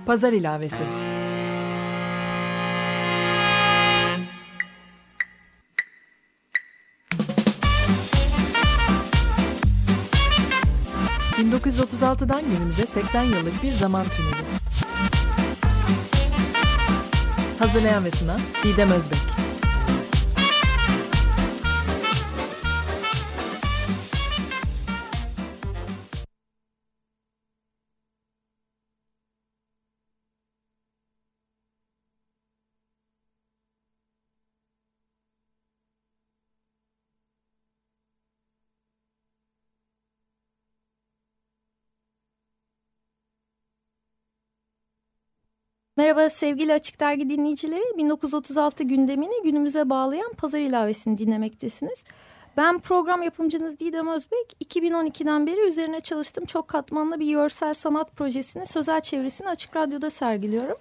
Pazar ilavesi. ...1936'dan günümüze 80 yıllık bir zaman tüneli. Hazırlayan ve sunan Didem Özbek. Merhaba sevgili Açık Dergi dinleyicileri, 1936 gündemini günümüze bağlayan Pazar ilavesini dinlemektesiniz. Ben program yapımcınız Didem Özbek, 2012'den beri üzerine çalıştığım çok katmanlı bir görsel sanat projesinin sözel çevirisini Açık Radyo'da sergiliyorum.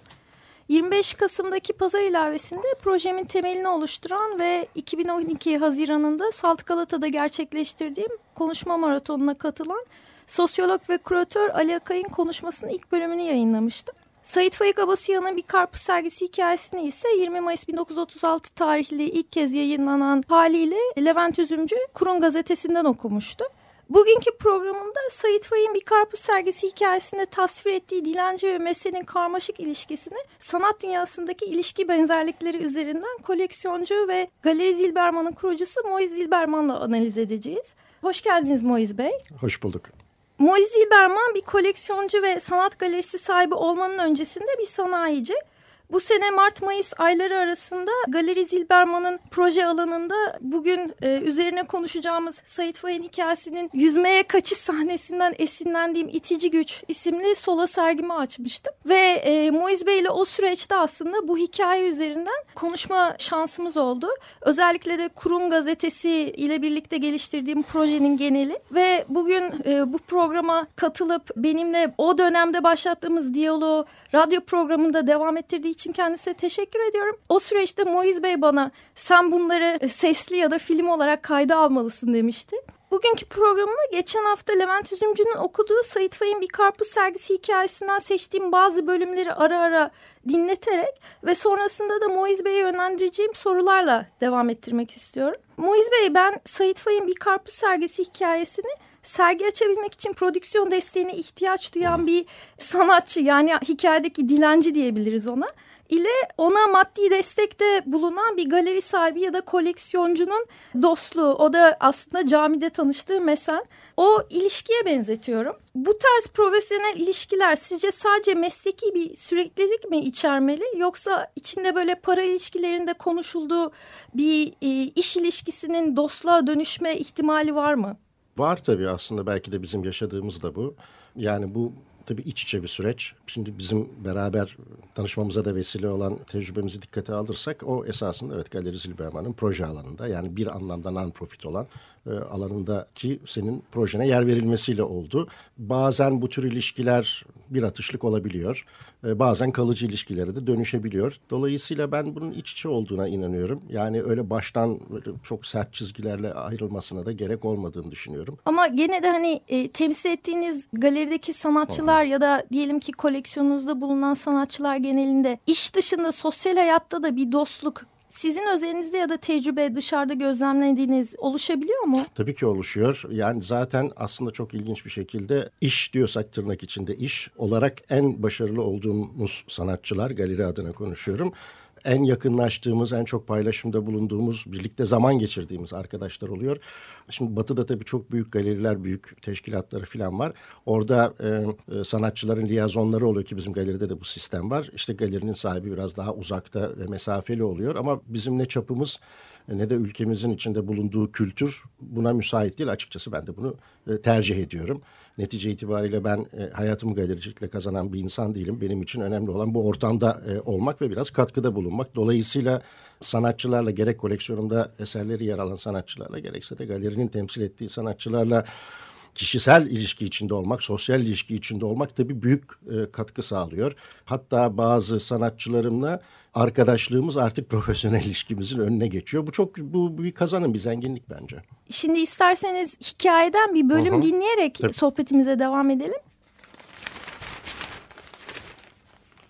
25 Kasım'daki Pazar ilavesinde projemin temelini oluşturan ve 2012 Haziran'ında Salt Galata'da gerçekleştirdiğim konuşma maratonuna katılan sosyolog ve küratör Ali Akay'ın konuşmasının ilk bölümünü yayınlamıştım. Sait Faik Abasıyan'ın Bir Karpuz sergisi hikayesini ise 20 Mayıs 1936 tarihli ilk kez yayınlanan haliyle Levent Üzümcü Kurum Gazetesi'nden okumuştu. Bugünkü programımda Sait Faik'in Bir Karpuz sergisi hikayesinde tasvir ettiği dilenci ve mesleğin karmaşık ilişkisini sanat dünyasındaki ilişki benzerlikleri üzerinden koleksiyoncu ve Galeri Zilberman'ın kurucusu Moiz Zilberman'la analiz edeceğiz. Hoş geldiniz Moiz Bey. Hoş bulduk. Moiz Zilberman bir koleksiyoncu ve sanat galerisi sahibi olmanın öncesinde bir sanayici. Bu sene Mart-Mayıs ayları arasında Galeri Zilberman'ın proje alanında bugün üzerine konuşacağımız Sait Faik'in hikayesinin yüzmeye kaçış sahnesinden esinlendiğim İtici Güç isimli solo sergimi açmıştım. Ve Moiz Bey ile o süreçte aslında bu hikaye üzerinden konuşma şansımız oldu. Özellikle de Kurum Gazetesi ile birlikte geliştirdiğim projenin geneli ve bugün bu programa katılıp benimle o dönemde başlattığımız diyaloğu radyo programında devam ettirdiği için kendisine teşekkür ediyorum. O süreçte Moiz Bey bana sen bunları sesli ya da film olarak kayda almalısın demişti. Bugünkü programıma geçen hafta Levent Üzümcü'nün okuduğu Sait Faik'in Bir Karpuz sergisi hikayesinden seçtiğim bazı bölümleri ara ara dinleterek ve sonrasında da Moiz Bey'e yönlendireceğim sorularla devam ettirmek istiyorum. Moiz Bey, ben Sait Faik'in Bir Karpuz sergisi hikayesini sergi açabilmek için prodüksiyon desteğine ihtiyaç duyan bir sanatçı, yani hikayedeki dilenci diyebiliriz ona, ile ona maddi destekte bulunan bir galeri sahibi ya da koleksiyoncunun dostluğu, o da aslında camide tanıştığı mesen, o ilişkiye benzetiyorum. Bu tarz profesyonel ilişkiler sizce sadece mesleki bir süreklilik mi içermeli, yoksa içinde böyle para ilişkilerinde konuşulduğu bir iş ilişkisinin dostluğa dönüşme ihtimali var mı? Var tabii, aslında belki de bizim yaşadığımız da bu. Yani bu tabii iç içe bir süreç. Şimdi bizim beraber tanışmamıza da vesile olan tecrübemizi dikkate alırsak o esasında evet Galeri Zilberman'ın proje alanında, yani bir anlamda non-profit olan alanındaki senin projene yer verilmesiyle oldu. Bazen bu tür ilişkiler bir atışlık olabiliyor. Bazen kalıcı ilişkilere de dönüşebiliyor. Dolayısıyla ben bunun iç içe olduğuna inanıyorum. Yani öyle baştan böyle çok sert çizgilerle ayrılmasına da gerek olmadığını düşünüyorum. Ama gene de hani temsil ettiğiniz galerideki sanatçılar ya da diyelim ki koleksiyonunuzda bulunan sanatçılar genelinde iş dışında sosyal hayatta da bir dostluk sizin özelinizde ya da tecrübe dışarıda gözlemlediğiniz oluşabiliyor mu? Tabii ki oluşuyor. Yani zaten aslında çok ilginç bir şekilde iş diyorsak tırnak içinde iş olarak en başarılı olduğumuz sanatçılar, galeri adına konuşuyorum, en yakınlaştığımız, en çok paylaşımda bulunduğumuz, birlikte zaman geçirdiğimiz arkadaşlar oluyor. Şimdi Batı'da tabii çok büyük galeriler, büyük teşkilatları falan var. Orada sanatçıların liyazonları oluyor ki bizim galeride de bu sistem var. İşte galerinin sahibi biraz daha uzakta ve mesafeli oluyor ama bizim ne çapımız ne de ülkemizin içinde bulunduğu kültür buna müsait değil. Açıkçası ben de bunu tercih ediyorum. Netice itibariyle ben hayatımı galericilikle kazanan bir insan değilim. Benim için önemli olan bu ortamda olmak ve biraz katkıda bulunmak. Dolayısıyla sanatçılarla, gerek koleksiyonumda eserleri yer alan sanatçılarla, gerekse de galerinin temsil ettiği sanatçılarla kişisel ilişki içinde olmak, sosyal ilişki içinde olmak tabii büyük katkı sağlıyor. Hatta bazı sanatçılarımla arkadaşlığımız artık profesyonel ilişkimizin önüne geçiyor. Bu bir kazanım, bir zenginlik bence. Şimdi isterseniz hikayeden bir bölüm dinleyerek sohbetimize devam edelim.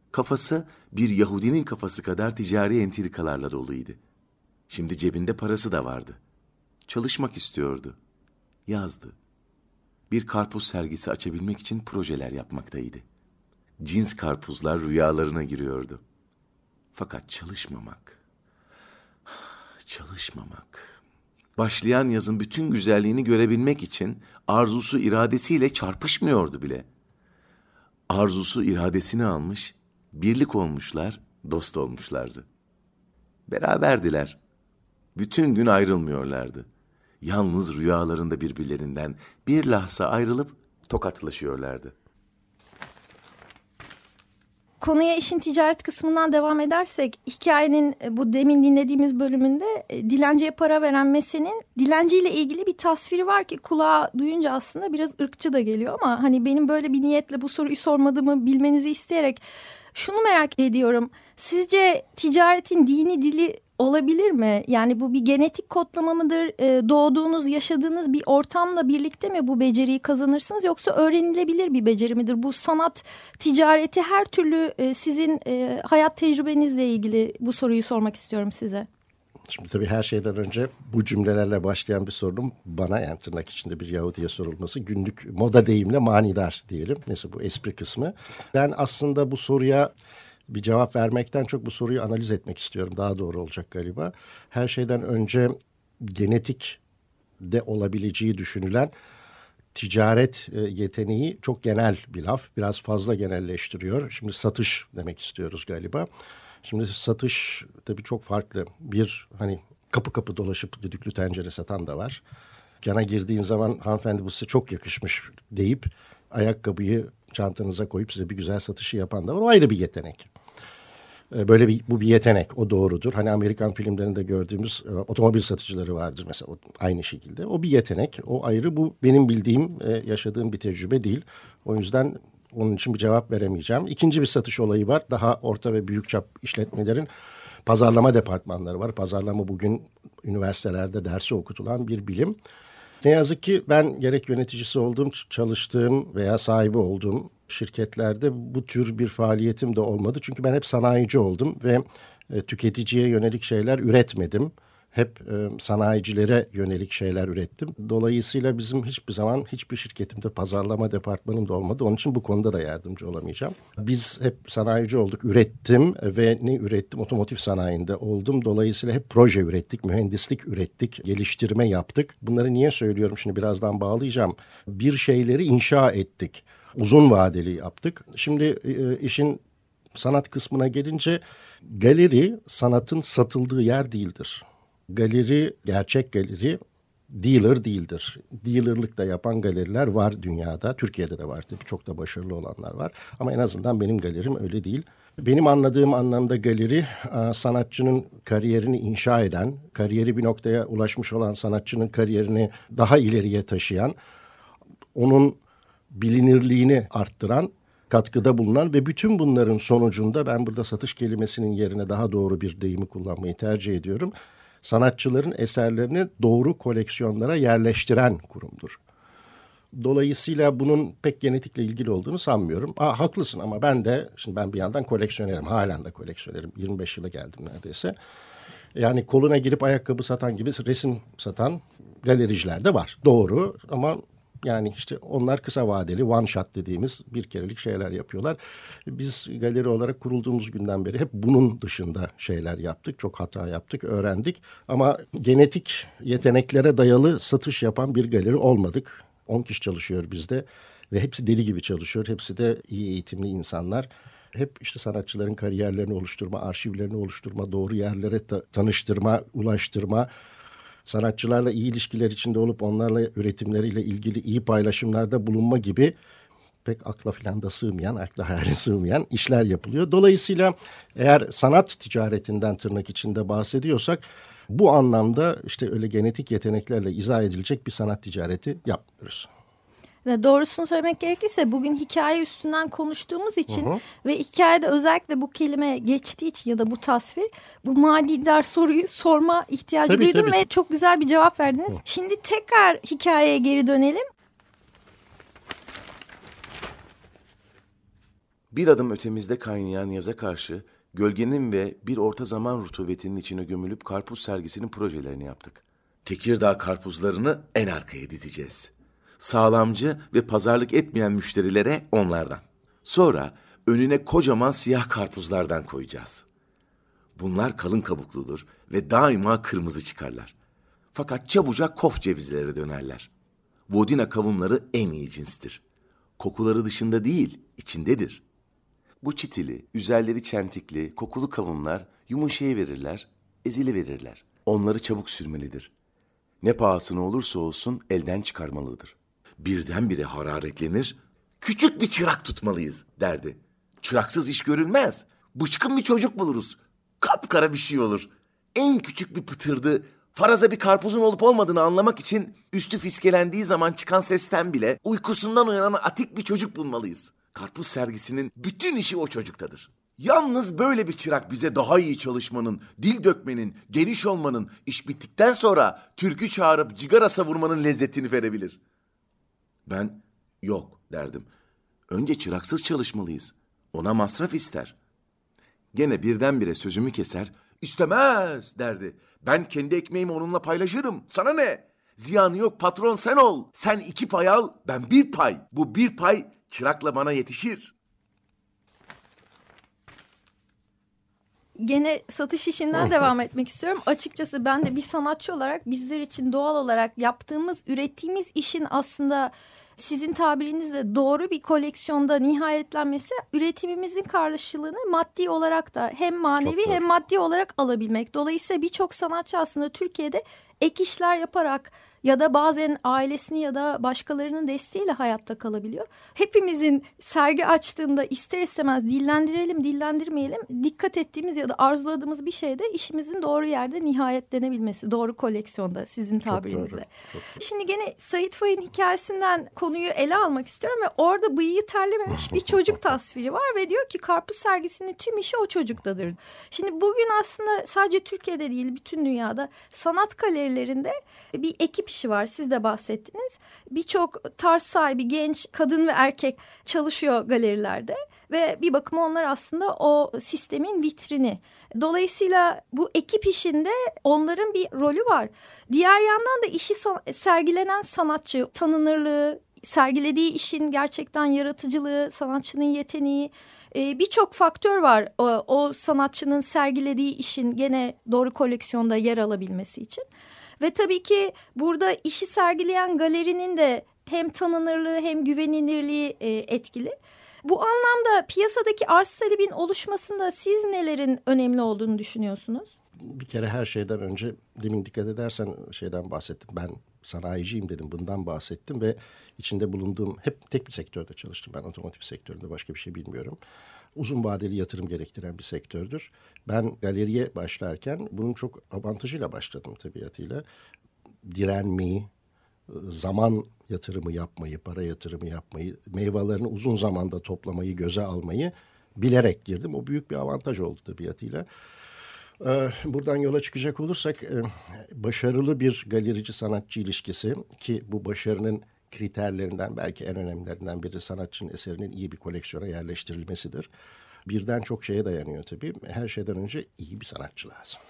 Kafası bir Yahudinin kafası kadar ticari entrikalarla doluydu. Şimdi cebinde parası da vardı. Çalışmak istiyordu. Yazdı. Bir karpuz sergisi açabilmek için projeler yapmaktaydı. Cins karpuzlar rüyalarına giriyordu. Fakat çalışmamak. Başlayan yazın bütün güzelliğini görebilmek için arzusu iradesiyle çarpışmıyordu bile. Arzusu iradesini almış, birlik olmuşlar, dost olmuşlardı. Beraberdiler. Bütün gün ayrılmıyorlardı. Yalnız rüyalarında birbirlerinden bir lahza ayrılıp tokatlaşıyorlardı. Konuya işin ticaret kısmından devam edersek, hikayenin bu demin dinlediğimiz bölümünde dilenciye para veren Messe'nin dilenciyle ilgili bir tasviri var ki kulağa duyunca aslında biraz ırkçı da geliyor, ama hani benim böyle bir niyetle bu soruyu sormadığımı bilmenizi isteyerek şunu merak ediyorum. Sizce ticaretin dini dili olabilir mi? Yani bu bir genetik kodlama mıdır? Doğduğunuz, yaşadığınız bir ortamla birlikte mi bu beceriyi kazanırsınız? Yoksa öğrenilebilir bir beceri midir? Bu sanat, ticareti her türlü sizin hayat tecrübenizle ilgili bu soruyu sormak istiyorum size. Şimdi tabii her şeyden önce bu cümlelerle başlayan bir sorunun bana, yani tırnak içinde bir Yahudi'ye sorulması günlük moda deyimle manidar diyelim. Neyse, bu espri kısmı. Ben aslında bu soruya bir cevap vermekten çok bu soruyu analiz etmek istiyorum. Daha doğru olacak galiba. Her şeyden önce genetik de olabileceği düşünülen ticaret yeteneği çok genel bir laf. Biraz fazla genelleştiriyor. Şimdi satış demek istiyoruz galiba. Şimdi satış tabii çok farklı. Bir, hani kapı kapı dolaşıp düdüklü tencere satan da var. Yana girdiğin zaman hanımefendi bu size çok yakışmış deyip ayakkabıyı çantanıza koyup size bir güzel satışı yapan da var. O ayrı bir yetenek. Bu bir yetenek, o doğrudur. Hani Amerikan filmlerinde gördüğümüz otomobil satıcıları vardır mesela, aynı şekilde. O bir yetenek, o ayrı. Bu benim bildiğim, yaşadığım bir tecrübe değil. O yüzden onun için bir cevap veremeyeceğim. İkinci bir satış olayı var. Daha orta ve büyük çap işletmelerin pazarlama departmanları var. Pazarlama bugün üniversitelerde dersi okutulan bir bilim. Ne yazık ki ben gerek yöneticisi olduğum, çalıştığım veya sahibi olduğum şirketlerde bu tür bir faaliyetim de olmadı. Çünkü ben hep sanayici oldum ve tüketiciye yönelik şeyler üretmedim. Hep sanayicilere yönelik şeyler ürettim. Dolayısıyla bizim hiçbir zaman hiçbir şirketimde pazarlama departmanım da olmadı. Onun için bu konuda da yardımcı olamayacağım. Biz hep sanayici olduk, ürettim ve ne ürettim? Otomotiv sanayinde oldum. Dolayısıyla hep proje ürettik, mühendislik ürettik, geliştirme yaptık. Bunları niye söylüyorum? Şimdi birazdan bağlayacağım. Bir şeyleri inşa ettik. Uzun vadeli yaptık. Şimdi işin sanat kısmına gelince, galeri sanatın satıldığı yer değildir. Galeri, gerçek galeri dealer değildir. Dealerlık da yapan galeriler var dünyada. Türkiye'de de var tabii, çok da başarılı olanlar var. Ama en azından benim galerim öyle değil. Benim anladığım anlamda galeri, sanatçının kariyerini inşa eden, kariyeri bir noktaya ulaşmış olan sanatçının kariyerini daha ileriye taşıyan, onun bilinirliğini arttıran, katkıda bulunan ve bütün bunların sonucunda, ben burada satış kelimesinin yerine daha doğru bir deyimi kullanmayı tercih ediyorum, sanatçıların eserlerini doğru koleksiyonlara yerleştiren kurumdur. Dolayısıyla bunun pek genetikle ilgili olduğunu sanmıyorum. Haklısın, ama şimdi ben bir yandan koleksiyonerim, halen de koleksiyonerim. 25 yıla geldim neredeyse. Yani koluna girip ayakkabı satan gibi resim satan galericiler de var. Doğru, ama yani işte onlar kısa vadeli, one shot dediğimiz bir kerelik şeyler yapıyorlar. Biz galeri olarak kurulduğumuz günden beri hep bunun dışında şeyler yaptık. Çok hata yaptık, öğrendik. Ama genetik yeteneklere dayalı satış yapan bir galeri olmadık. 10 kişi çalışıyor bizde ve hepsi deli gibi çalışıyor. Hepsi de iyi eğitimli insanlar. Hep işte sanatçıların kariyerlerini oluşturma, arşivlerini oluşturma, doğru yerlere tanıştırma, ulaştırma, sanatçılarla iyi ilişkiler içinde olup onlarla üretimleriyle ilgili iyi paylaşımlarda bulunma gibi pek akla filan da sığmayan, akla hayale sığmayan işler yapılıyor. Dolayısıyla eğer sanat ticaretinden tırnak içinde bahsediyorsak, bu anlamda işte öyle genetik yeteneklerle izah edilecek bir sanat ticareti yapmıyoruz. Doğrusunu söylemek gerekirse bugün hikaye üstünden konuştuğumuz için ve hikayede özellikle bu kelime geçtiği için ya da bu tasvir, bu manidar soruyu sorma ihtiyacı duydum ve çok güzel bir cevap verdiniz. Şimdi tekrar hikayeye geri dönelim. Bir adım ötemizde kaynayan yaza karşı gölgenin ve bir orta zaman rutubetinin içine gömülüp karpuz sergisinin projelerini yaptık. Tekirdağ karpuzlarını en arkaya dizeceğiz. Sağlamcı ve pazarlık etmeyen müşterilere onlardan. Sonra önüne kocaman siyah karpuzlardan koyacağız. Bunlar kalın kabukludur ve daima kırmızı çıkarlar. Fakat çabucak kof cevizlere dönerler. Vodina kavunları en iyi cinstir. Kokuları dışında değil, içindedir. Bu çitili, üzerleri çentikli, kokulu kavunlar yumuşayıverirler, eziliverirler. Onları çabuk sürmelidir. Ne pahasına olursa olsun elden çıkarmalıdır. Birdenbire hararetlenir, küçük bir çırak tutmalıyız derdi. Çıraksız iş görülmez. Bıçkın bir çocuk buluruz. Kapkara bir şey olur. En küçük bir pıtırdı, faraza bir karpuzun olup olmadığını anlamak için üstü fiskelendiği zaman çıkan sesten bile uykusundan uyanan atik bir çocuk bulmalıyız. Karpuz sergisinin bütün işi o çocuktadır. Yalnız böyle bir çırak bize daha iyi çalışmanın, dil dökmenin, geniş olmanın, iş bittikten sonra türkü çağırıp cigara savurmanın lezzetini verebilir. Ben yok derdim. Önce çıraksız çalışmalıyız. Ona masraf ister. Gene birdenbire sözümü keser, istemez derdi. Ben kendi ekmeğimi onunla paylaşırım. Sana ne? Ziyanı yok, patron sen ol. Sen 2 pay al, ben 1 pay. Bu 1 pay çırakla bana yetişir. Gene satış işinden devam etmek istiyorum. Açıkçası ben de bir sanatçı olarak bizler için doğal olarak yaptığımız, ürettiğimiz işin aslında sizin tabirinizle doğru bir koleksiyonda nihayetlenmesi, üretimimizin karşılığını maddi olarak da hem manevi hem maddi olarak alabilmek. Dolayısıyla birçok sanatçı aslında Türkiye'de ek işler yaparak ya da bazen ailesini ya da başkalarının desteğiyle hayatta kalabiliyor. Hepimizin sergi açtığında ister istemez dillendirelim, dillendirmeyelim, dikkat ettiğimiz ya da arzuladığımız bir şey de işimizin doğru yerde nihayetlenebilmesi. Doğru koleksiyonda sizin tabirinizle. Şimdi gene Sait Faik'in hikayesinden konuyu ele almak istiyorum ve orada bıyığı terlememiş bir çocuk tasviri var ve diyor ki karpuz sergisinin tüm işi o çocuktadır. Şimdi bugün aslında sadece Türkiye'de değil bütün dünyada sanat galerilerinde bir ekip işi var. Siz de bahsettiniz. Birçok tarz sahibi genç kadın ve erkek çalışıyor galerilerde ve bir bakıma onlar aslında o sistemin vitrini. Dolayısıyla bu ekip işinde onların bir rolü var. Diğer yandan da işi sergilenen sanatçı tanınırlığı, sergilediği işin gerçekten yaratıcılığı, sanatçının yeteneği, birçok faktör var o sanatçının sergilediği işin gene doğru koleksiyonda yer alabilmesi için. Ve tabii ki burada işi sergileyen galerinin de hem tanınırlığı hem güvenilirliği etkili. Bu anlamda piyasadaki arz talebin oluşmasında siz nelerin önemli olduğunu düşünüyorsunuz? Bir kere her şeyden önce demin dikkat edersen şeyden bahsettim. Ben sanayiciyim dedim, bundan bahsettim ve içinde bulunduğum hep tek bir sektörde çalıştım. Ben otomotiv sektöründe, başka bir şey bilmiyorum. Uzun vadeli yatırım gerektiren bir sektördür. Ben galeriye başlarken bunun çok avantajıyla başladım tabiatıyla. Direnmeyi, zaman yatırımı yapmayı, para yatırımı yapmayı, meyvelerini uzun zamanda toplamayı, göze almayı bilerek girdim. O büyük bir avantaj oldu tabiatıyla. Buradan yola çıkacak olursak başarılı bir galerici sanatçı ilişkisi, ki bu başarının kriterlerinden belki en önemlilerinden biri sanatçının eserinin iyi bir koleksiyona yerleştirilmesidir. Birden çok şeye dayanıyor tabii. Her şeyden önce iyi bir sanatçı lazım.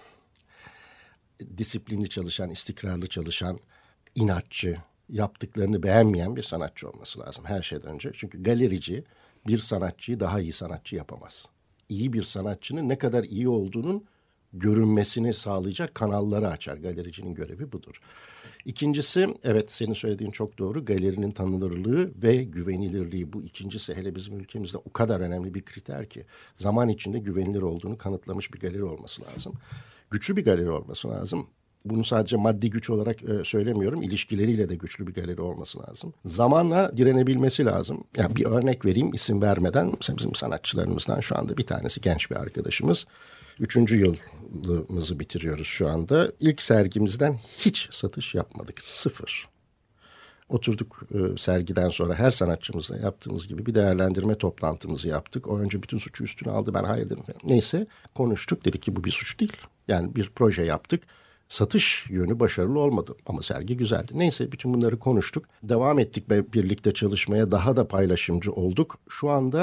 Disiplinli çalışan, istikrarlı çalışan, inatçı, yaptıklarını beğenmeyen bir sanatçı olması lazım her şeyden önce. Çünkü galerici bir sanatçıyı daha iyi sanatçı yapamaz. İyi bir sanatçının ne kadar iyi olduğunun görünmesini sağlayacak kanalları açar. Galericinin görevi budur. İkincisi, evet senin söylediğin çok doğru, galerinin tanınırlığı ve güvenilirliği. Bu ikincisi hele bizim ülkemizde o kadar önemli bir kriter ki zaman içinde güvenilir olduğunu kanıtlamış bir galeri olması lazım. Güçlü bir galeri olması lazım. Bunu sadece maddi güç olarak söylemiyorum. İlişkileriyle de güçlü bir galeri olması lazım. Zamanla direnebilmesi lazım. Yani bir örnek vereyim isim vermeden. Mesela bizim sanatçılarımızdan şu anda bir tanesi genç bir arkadaşımız. 3. yılımızı bitiriyoruz şu anda. İlk sergimizden hiç satış yapmadık. 0. Oturduk sergiden sonra her sanatçımızla yaptığımız gibi bir değerlendirme toplantımızı yaptık. O önce bütün suçu üstüne aldı, ben hayır dedim. Neyse konuştuk, dedik ki bu bir suç değil. Yani bir proje yaptık. Satış yönü başarılı olmadı ama sergi güzeldi. Neyse bütün bunları konuştuk. Devam ettik ve birlikte çalışmaya, daha da paylaşımcı olduk. Şu anda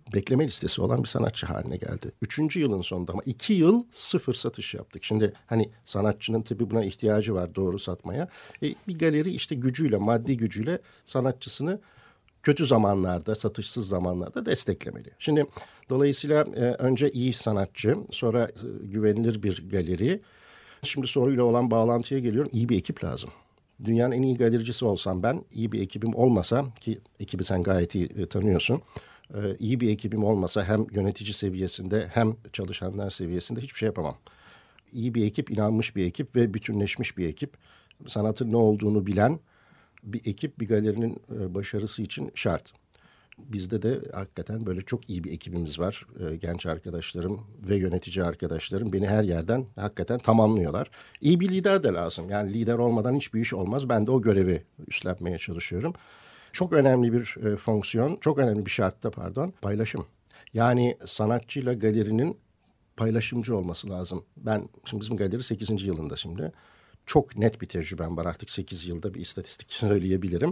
bekleme listesi olan bir sanatçı haline geldi. 3. yılın sonunda ama 2 yıl 0 satış yaptık. Şimdi hani sanatçının tabii buna ihtiyacı var doğru satmaya. Bir galeri işte gücüyle, maddi gücüyle sanatçısını kötü zamanlarda, satışsız zamanlarda desteklemeli. Şimdi dolayısıyla önce iyi sanatçı, sonra güvenilir bir galeri. Şimdi soruyla olan bağlantıya geliyorum. İyi bir ekip lazım. Dünyanın en iyi galericisi olsam ben, iyi bir ekibim olmasa, ki ekibi sen gayet iyi tanıyorsun. İyi bir ekibim olmasa hem yönetici seviyesinde hem çalışanlar seviyesinde hiçbir şey yapamam. İyi bir ekip, inanmış bir ekip ve bütünleşmiş bir ekip. Sanatın ne olduğunu bilen bir ekip bir galerinin başarısı için şart. Bizde de hakikaten böyle çok iyi bir ekibimiz var. Genç arkadaşlarım ve yönetici arkadaşlarım beni her yerden hakikaten tamamlıyorlar. İyi bir lider de lazım. Yani lider olmadan hiçbir iş olmaz. Ben de o görevi üstlenmeye çalışıyorum. Çok önemli bir fonksiyon, çok önemli bir şartta paylaşım. Yani sanatçıyla galerinin paylaşımcı olması lazım. Şimdi bizim galeri 8. yılında şimdi. Çok net bir tecrübem var, artık 8 yılda bir istatistik söyleyebilirim.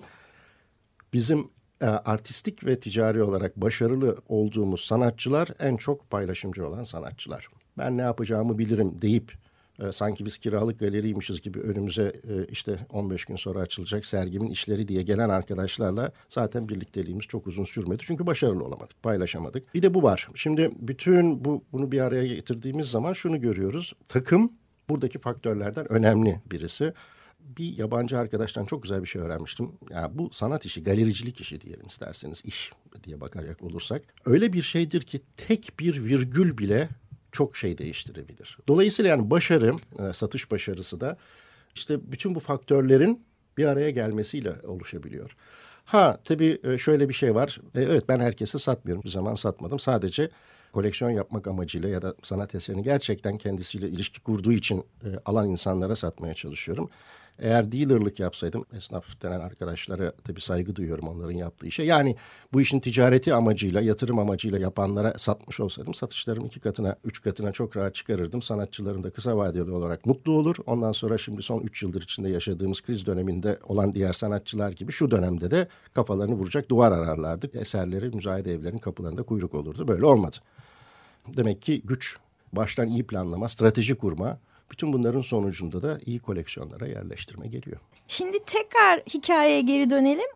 Bizim artistik ve ticari olarak başarılı olduğumuz sanatçılar en çok paylaşımcı olan sanatçılar. Ben ne yapacağımı bilirim deyip sanki biz kiralık galeriymişiz gibi önümüze işte 15 gün sonra açılacak sergimin işleri diye gelen arkadaşlarla zaten birlikteliğimiz çok uzun sürmedi. Çünkü başarılı olamadık, paylaşamadık. Bir de bu var. Şimdi bütün bunu bir araya getirdiğimiz zaman şunu görüyoruz. Takım buradaki faktörlerden önemli birisi. Bir yabancı arkadaştan çok güzel bir şey öğrenmiştim. Ya bu sanat işi, galericilik işi diyelim isterseniz, iş diye bakacak olursak. Öyle bir şeydir ki tek bir virgül bile çok şey değiştirebilir. Dolayısıyla yani başarı, satış başarısı da işte bütün bu faktörlerin bir araya gelmesiyle oluşabiliyor. Tabii şöyle bir şey var. Evet, ben herkese satmıyorum. Bir zaman satmadım. Sadece koleksiyon yapmak amacıyla ya da sanat eserini gerçekten kendisiyle ilişki kurduğu için alan insanlara satmaya çalışıyorum. Eğer dealerlık yapsaydım, esnaf denen arkadaşlara tabii saygı duyuyorum onların yaptığı işe. Yani bu işin ticareti amacıyla, yatırım amacıyla yapanlara satmış olsaydım satışlarım 2 katına, 3 katına çok rahat çıkarırdım. Sanatçıların da kısa vadeli olarak mutlu olur. Ondan sonra şimdi son 3 yıldır içinde yaşadığımız kriz döneminde olan diğer sanatçılar gibi şu dönemde de kafalarını vuracak duvar ararlardı. Eserleri müzayede evlerinin kapılarında kuyruk olurdu. Böyle olmadı. Demek ki güç, baştan iyi planlama, strateji kurma, bütün bunların sonucunda da iyi koleksiyonlara yerleştirme geliyor. Şimdi tekrar hikayeye geri dönelim.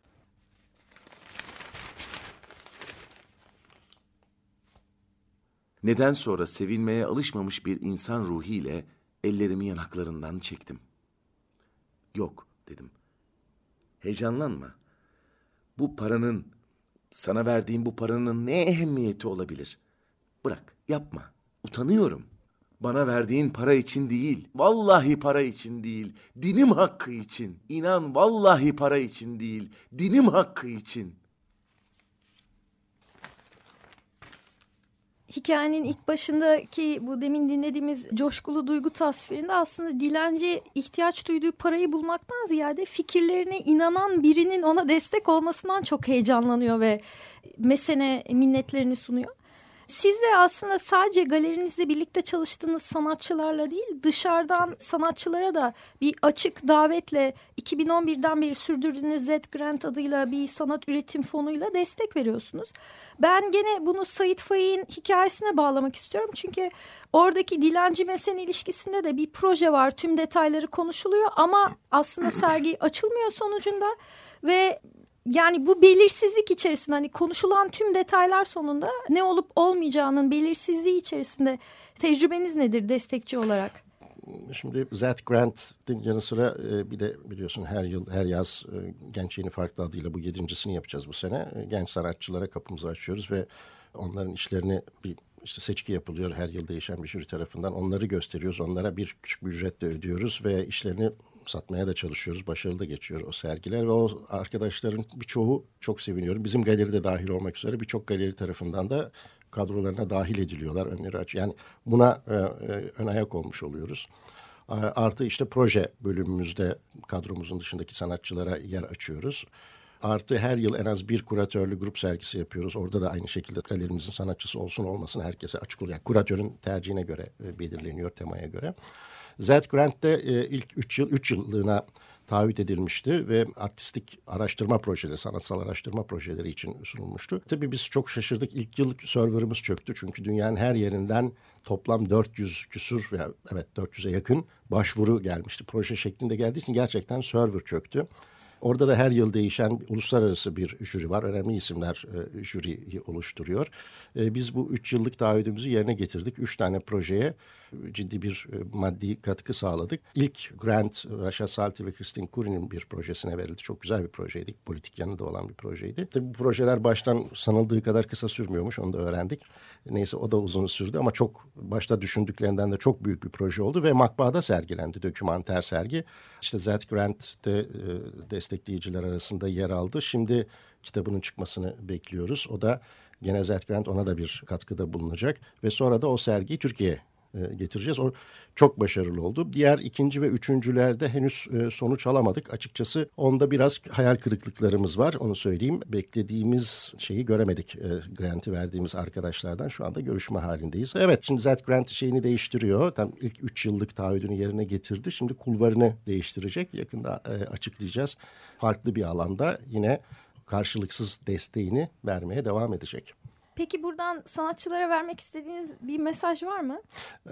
Neden sonra sevilmeye alışmamış bir insan ruhiyle ellerimi yanaklarından çektim. Yok dedim. Heyecanlanma. Sana verdiğim bu paranın ne ehemmiyeti olabilir? Bırak, yapma. Utanıyorum. Bana verdiğin para için değil, vallahi para için değil, dinim hakkı için. İnan, vallahi para için değil, dinim hakkı için. Hikayenin ilk başındaki bu demin dinlediğimiz coşkulu duygu tasvirinde aslında dilenci ihtiyaç duyduğu parayı bulmaktan ziyade fikirlerine inanan birinin ona destek olmasından çok heyecanlanıyor ve mesene minnetlerini sunuyor. Siz de aslında sadece galerinizle birlikte çalıştığınız sanatçılarla değil, dışarıdan sanatçılara da bir açık davetle 2011'den beri sürdürdüğünüz Z Grant adıyla bir sanat üretim fonuyla destek veriyorsunuz. Ben gene bunu Sait Faik'in hikayesine bağlamak istiyorum. Çünkü oradaki dilenci mesene ilişkisinde de bir proje var. Tüm detayları konuşuluyor ama aslında sergi açılmıyor sonucunda ve yani bu belirsizlik içerisinde, hani konuşulan tüm detaylar sonunda ne olup olmayacağının belirsizliği içerisinde tecrübeniz nedir destekçi olarak? Şimdi Z Grant'in yanı sıra bir de biliyorsun her yaz Genç Yeni Farklı adıyla bu 7.sini yapacağız bu sene. Genç sanatçılara kapımızı açıyoruz ve onların işlerini işte seçki yapılıyor, her yıl değişen bir jüri tarafından. Onları gösteriyoruz, onlara bir küçük bir ücret de ödüyoruz ve işlerini satmaya da çalışıyoruz. Başarılı da geçiyor o sergiler ve o arkadaşların birçoğu, çok seviniyorum, bizim galeri de dahil olmak üzere birçok galeri tarafından da kadrolarına dahil ediliyorlar. Önleri açıyor. Yani buna ön ayak olmuş oluyoruz. Artı işte proje bölümümüzde kadromuzun dışındaki sanatçılara yer açıyoruz. Artı her yıl en az bir kuratörlü grup sergisi yapıyoruz. Orada da aynı şekilde galerimizin sanatçısı olsun olmasın herkese açık oluyor. Yani kuratörün tercihine göre belirleniyor, temaya göre. Z Grant'te ilk 3 yıllığına taahhüt edilmişti ve artistik araştırma projeleri, sanatsal araştırma projeleri için sunulmuştu. Tabii biz çok şaşırdık. İlk yıl serverımız çöktü çünkü dünyanın her yerinden toplam 400 küsur veya evet 400'e yakın başvuru gelmişti. Proje şeklinde geldiği için gerçekten server çöktü. Orada da her yıl değişen uluslararası bir jüri var. Önemli isimler jüriyi oluşturuyor. Biz bu 3 yıllık taahhüdümüzü yerine getirdik. 3 tane projeye ciddi bir maddi katkı sağladık. İlk grant Rasha Salti ve Christine Coury'nin bir projesine verildi. Çok güzel bir projeydi. Politik yanı da olan bir projeydi. Tabii bu projeler baştan sanıldığı kadar kısa sürmüyormuş. Onu da öğrendik. Neyse o da uzun sürdü ama çok başta düşündüklerinden de çok büyük bir proje oldu ve matbaada sergilendi. Dokümanter sergi. İşte That Grant de destekleyiciler arasında yer aldı. Şimdi kitabının çıkmasını bekliyoruz. O da gene That Grant ona da bir katkıda bulunacak ve sonra da o sergiyi Türkiye'ye getireceğiz. O çok başarılı oldu. Diğer ikinci ve üçüncülerde henüz sonuç alamadık. Açıkçası onda biraz hayal kırıklıklarımız var. Onu söyleyeyim. Beklediğimiz şeyi göremedik. Grant'i verdiğimiz arkadaşlardan şu anda görüşme halindeyiz. Evet, şimdi That Grant şeyini değiştiriyor. Tam ilk 3 yıllık taahhüdünü yerine getirdi. Şimdi kulvarını değiştirecek. Yakında açıklayacağız. Farklı bir alanda yine karşılıksız desteğini vermeye devam edecek. Peki buradan sanatçılara vermek istediğiniz bir mesaj var mı?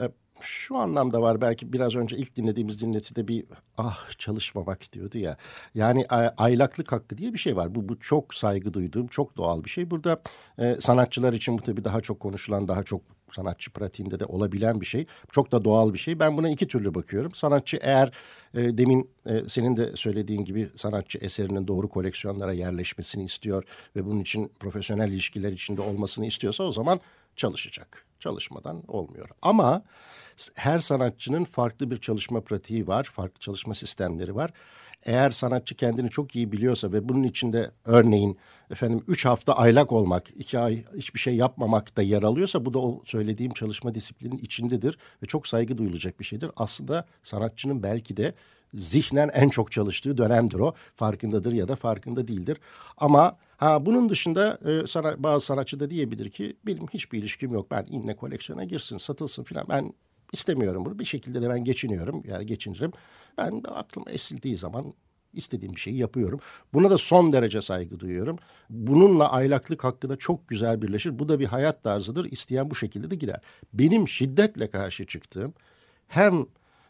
Şu anlamda var, belki biraz önce ilk dinlediğimiz dinletide bir çalışmamak diyordu ya. Yani aylaklık hakkı diye bir şey var. Bu çok saygı duyduğum, çok doğal bir şey. Burada sanatçılar için bu tabii daha çok konuşulan, daha çok sanatçı pratiğinde de olabilen bir şey. Çok da doğal bir şey. Ben buna iki türlü bakıyorum. Sanatçı eğer demin senin de söylediğin gibi sanatçı eserinin doğru koleksiyonlara yerleşmesini istiyor ve bunun için profesyonel ilişkiler içinde olmasını istiyorsa o zaman çalışacak. Çalışmadan olmuyor. Ama her sanatçının farklı bir çalışma pratiği var, farklı çalışma sistemleri var. Eğer sanatçı kendini çok iyi biliyorsa ve bunun içinde örneğin 3 hafta aylak olmak, 2 ay hiçbir şey yapmamak da yer alıyorsa bu da o söylediğim çalışma disiplinin içindedir ve çok saygı duyulacak bir şeydir. Aslında sanatçının belki de zihnen en çok çalıştığı dönemdir o. Farkındadır ya da farkında değildir. Ama bunun dışında bazı sanatçı da diyebilir ki benim hiçbir ilişkim yok. Ben inne koleksiyona girsin, satılsın filan. Ben istemiyorum bunu. Bir şekilde de ben geçiniyorum. Yani geçinirim. Ben aklım esildiği zaman istediğim bir şeyi yapıyorum. Buna da son derece saygı duyuyorum. Bununla aylaklık hakkı da çok güzel birleşir. Bu da bir hayat tarzıdır. İsteyen bu şekilde de gider. Benim şiddetle karşı çıktığım hem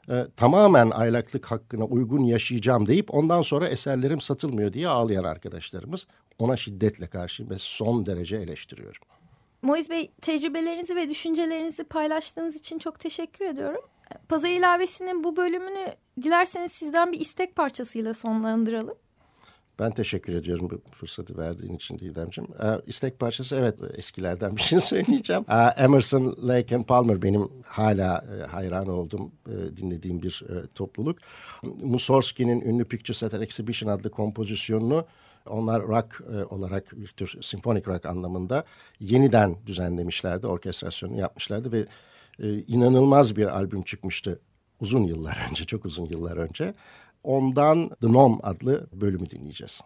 tamamen aylaklık hakkına uygun yaşayacağım deyip ondan sonra eserlerim satılmıyor diye ağlayan arkadaşlarımız, ona şiddetle karşıyım ve son derece eleştiriyorum. Moiz Bey, tecrübelerinizi ve düşüncelerinizi paylaştığınız için çok teşekkür ediyorum. Pazar ilavesinin bu bölümünü dilerseniz sizden bir istek parçasıyla sonlandıralım. Ben teşekkür ediyorum bu fırsatı verdiğin için Didemciğim. İstek parçası, evet, eskilerden bir şey söyleyeceğim. Emerson, Lake and Palmer benim hala hayran olduğum, dinlediğim bir topluluk. Mussorgsky'nin ünlü Pictures at an Exhibition adlı kompozisyonunu onlar rock olarak, bir tür simfonik rock anlamında yeniden düzenlemişlerdi, orkestrasyonunu yapmışlardı ve inanılmaz bir albüm çıkmıştı uzun yıllar önce, çok uzun yıllar önce. Ondan The Gnome adlı bölümü dinleyeceğiz.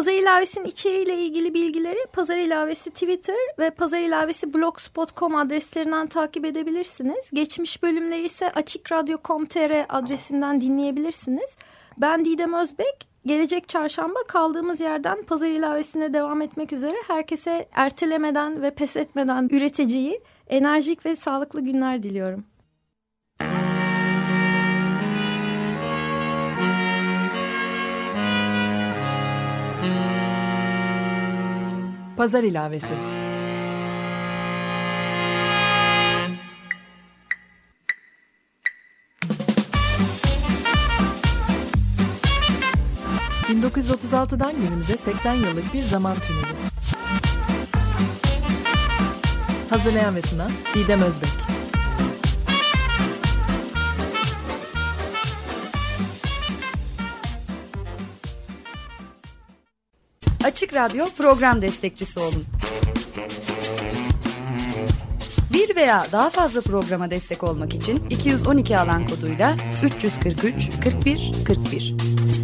Pazar ilavesinin içeriğiyle ilgili bilgileri Pazar ilavesi Twitter ve Pazar ilavesi blogspot.com adreslerinden takip edebilirsiniz. Geçmiş bölümleri ise açikradyo.com.tr adresinden dinleyebilirsiniz. Ben Didem Özbek. Gelecek çarşamba kaldığımız yerden Pazar ilavesine devam etmek üzere herkese ertelemeden ve pes etmeden üreticiyi, enerjik ve sağlıklı günler diliyorum. Pazar ilavesi. ...1936'dan günümüze 80 yıllık bir zaman tüneli. Hazırlayan ve sunan Didem Özbek. Açık Radyo program destekçisi olun. Bir veya daha fazla programa destek olmak için 212 alan koduyla 343 41 41.